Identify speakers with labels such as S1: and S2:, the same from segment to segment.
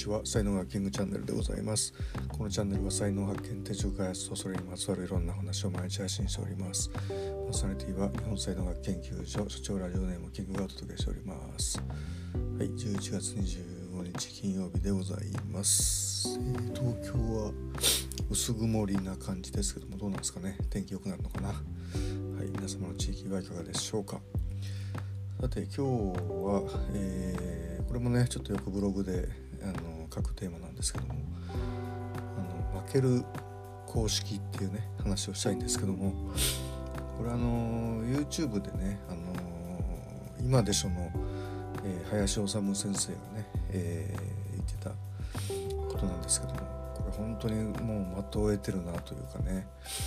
S1: ちは。才能学キングチャンネルでございます。このチャンネルは才能発見、手帳開発とそれにまつわるいろんな話を毎日配信しております。パーソナリティは日本才能学研究所所長ラジオネームキングがお届けしております。はい、11月25日金曜日でございます。東京は薄曇りな感じですけども、どうなんですかね。天気良くなるのかな。はい、皆様の地域はいかがでしょうか。さて今日は、これもねちょっとよくブログで書くテーマなんですけども、負ける公式っていうね話をしたいんですけども、これYouTube でね今でしょの、林修先生がね、言ってたことなんですけども、これ本当にもう的を得てるなというかね、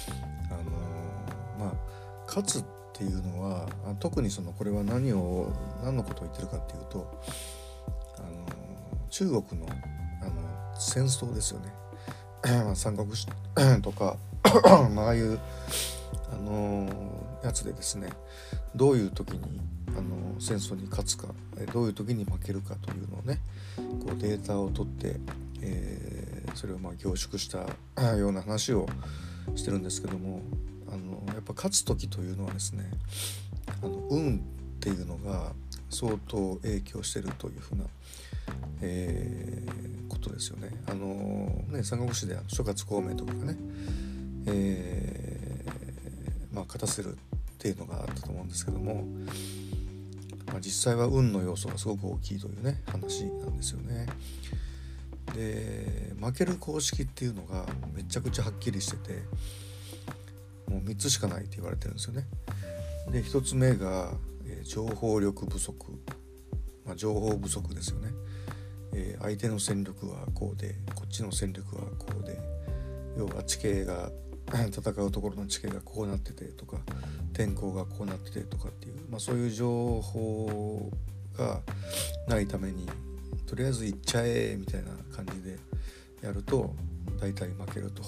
S1: 勝つっていうのは特にこれは何のことを言ってるかっていうと、中国の戦争ですよね。三国志とかああいうやつでですね、どういう時に戦争に勝つか、どういう時に負けるかというのをねこうデータを取って、それを凝縮したような話をしてるんですけども、やっぱ勝つ時というのはですね、運っていうのが相当影響してるというふうな、ことですよね。三国志で諸葛孔明とかがね、勝たせるっていうのがあったと思うんですけども、実際は運の要素がすごく大きいというね話なんですよね。で負ける公式っていうのがめちゃくちゃはっきりしてて、もう3つしかないって言われてるんですよね。で1つ目が、情報力不足、情報不足ですよね。相手の戦力はこうでこっちの戦力はこうで、要は地形が戦うところの地形がこうなっててとか天候がこうなっててとかっていう、そういう情報がないためにとりあえず行っちゃえみたいな感じでやると大体負けると、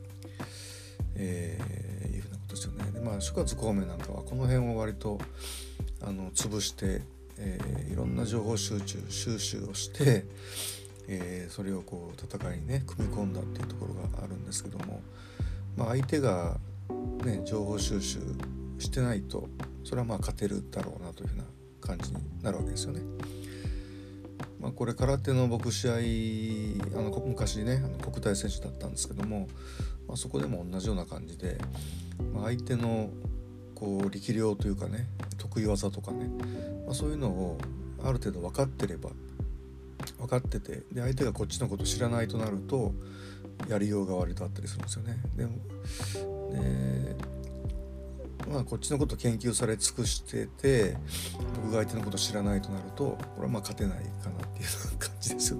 S1: いうふうなことですよね。で諸葛孔明なんかはこの辺を割と潰して、いろんな情報収集をして、それをこう戦いにね組み込んだっていうところがあるんですけども、相手がね情報収集してないとそれは勝てるだろうなというふうな感じになるわけですよね。これ空手の僕試合昔ね国体選手だったんですけども、そこでも同じような感じで、相手のこう力量というかね得意技とかね、そういうのをある程度分かってて、で相手がこっちのこと知らないとなるとやりようが割とあったりするんですよね。こっちのこと研究され尽くしてて僕が相手のこと知らないとなるとこれは勝てないかなっていう感じですよね。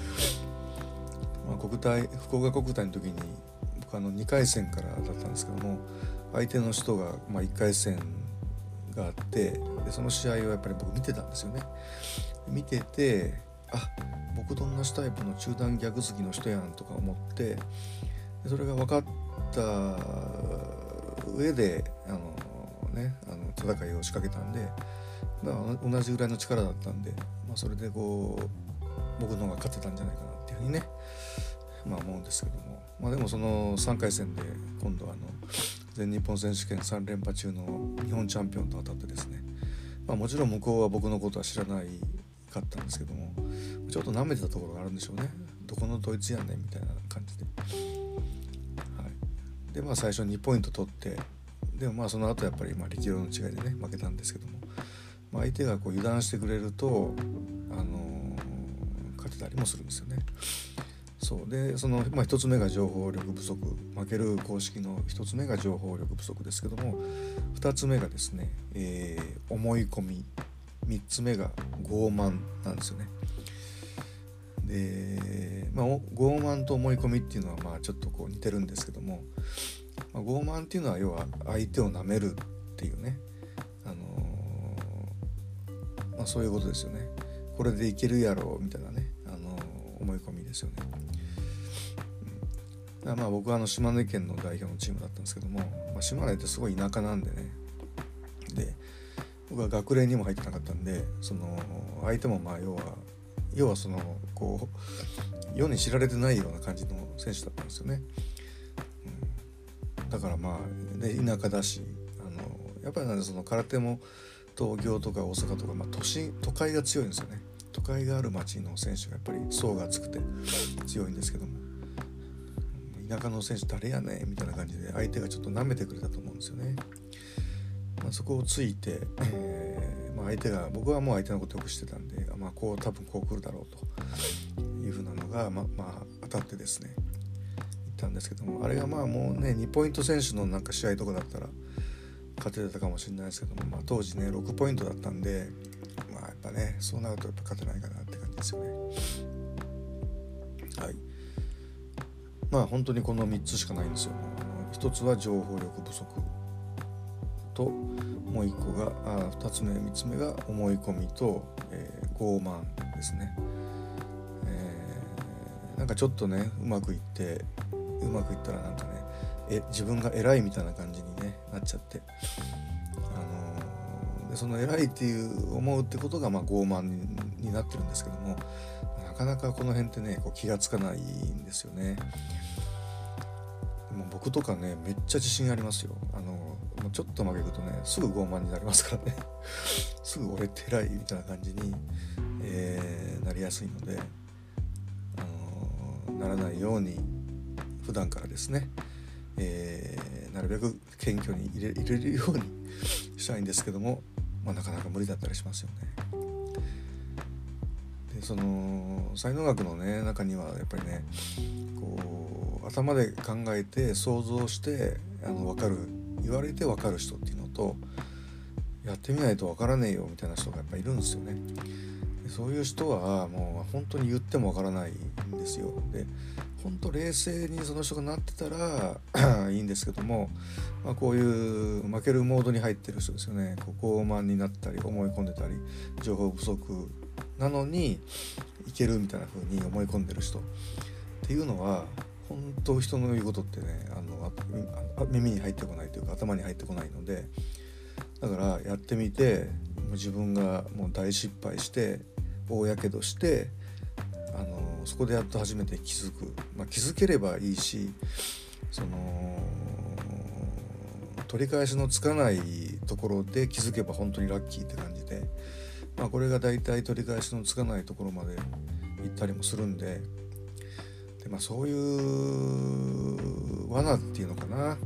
S1: 福岡国体の時に僕2回戦からだったんですけども、相手の人が1回戦があって、でその試合をやっぱり僕見てたんですよね。見てて僕と同じタイプの中段逆突きの人やんとか思って、それが分かった上で戦いを仕掛けたんで、同じぐらいの力だったんで、それでこう僕の方が勝てたんじゃないかなっていうふうにね思うんですけども、でもその3回戦で今度は全日本選手権3連覇中の日本チャンピオンと当たってですね、もちろん向こうは僕のことは知らないかったんですけども、ちょっと舐めてたところがあるんでしょうね。どこのドイツやねんみたいな感じで、で最初2ポイント取って、でもその後やっぱり力量の違いでね負けたんですけども、相手がこう油断してくれると勝てたりもするんですよね。そうで1つ目が情報力不足、負ける公式の1つ目が情報力不足ですけども、2つ目がですね、思い込み、3つ目が傲慢なんですよね。で傲慢と思い込みっていうのはちょっとこう似てるんですけども、傲慢っていうのは要は相手を舐めるっていうね、そういうことですよね。これでいけるやろみたいなね、思い込みですよね。僕は島根県の代表のチームだったんですけども、島根ってすごい田舎なんでね、で僕は学連にも入ってなかったんで、相手も要は要は世に知られてないような感じの選手だったんですよね。だから田舎だしやっぱりその空手も東京とか大阪とか、都会が強いんですよね。都会がある町の選手がやっぱり層が厚くて強いんですけども、田舎の選手誰やねんみたいな感じで相手がちょっと舐めてくれたと思うんですよね。そこをついて、相手が僕はもう相手のことよく知ってたんで、多分こう来るだろうというふうなのが、当たってですね行ったんですけども、あれがもうね2ポイント選手の試合とかだったら勝ててたかもしれないですけども、当時ね6ポイントだったんで、やっぱねそうなるとやっぱ勝てないかなって感じですよね。はい。本当にこの3つしかないんですよ。1つは情報力不足と、もう1個が2つ目3つ目が思い込みと、傲慢ですね。ちょっとねうまくいったら自分が偉いみたいな感じに、なっちゃって、でその偉いっていう思うってことが傲慢になってるんですけども、なかなかこの辺ってね気がつかないんですよね。もう僕とかねめっちゃ自信ありますよ。ちょっとうまくいくとねすぐ傲慢になりますからねすぐ俺って偉いみたいな感じに、なりやすいので、ならないように普段からですね、なるべく謙虚に入れるようにしたいんですけども、なかなか無理だったりしますよね。でその才能学のね中にはやっぱりね頭で考えて想像して分かる、言われて分かる人っていうのと、やってみないと分からねえよみたいな人がやっぱいるんですよね。でそういう人はもう本当に言っても分からないんですよ。で本当冷静にその人がなってたらいいんですけども、こういう負けるモードに入ってる人ですよね。傲慢になったり思い込んでたり情報不足なのにいけるみたいな風に思い込んでる人っていうのは本当人の言うことってね耳に入ってこないというか頭に入ってこないので、だからやってみて自分がもう大失敗して大やけどしてそこでやっと初めて気づく、気づければいいし、取り返しのつかないところで気づけば本当にラッキーって感じで、これがだいたい取り返しのつかないところまで行ったりもするんで、そういう罠っていうのかな、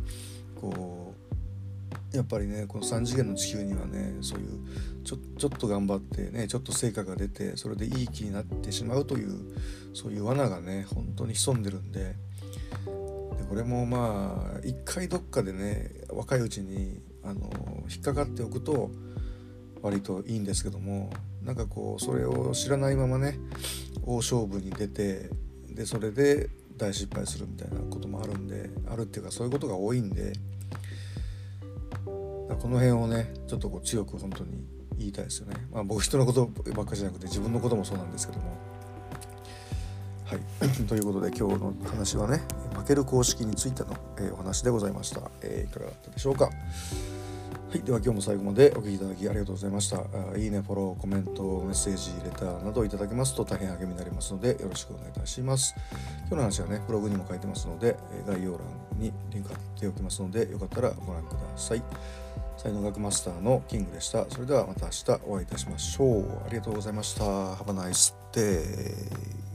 S1: やっぱりねこの3次元の地球にはねそういうちょっと頑張ってねちょっと成果が出てそれでいい気になってしまうというそういう罠がね本当に潜んでるんで、これも一回どっかでね若いうちに引っかかっておくと割といいんですけども、それを知らないままね大勝負に出て、でそれで大失敗するみたいなこともあるっていうかそういうことが多いんで、この辺をねちょっと強く本当に言いたいですよね。僕人のことばっかりじゃなくて自分のこともそうなんですけども、はいということで今日の話はね負ける公式についての、お話でございました。いかがだったでしょうか。はい、では今日も最後までお聞きいただきありがとうございました。いいね、フォロー、コメント、メッセージ、レターなどいただけますと大変励みになりますのでよろしくお願いいたします。今日の話はねブログにも書いてますので概要欄にリンク貼っておきますのでよかったらご覧ください。才能学マスターのキングでした。それではまた明日お会いいたしましょう。ありがとうございました。Have a nice day.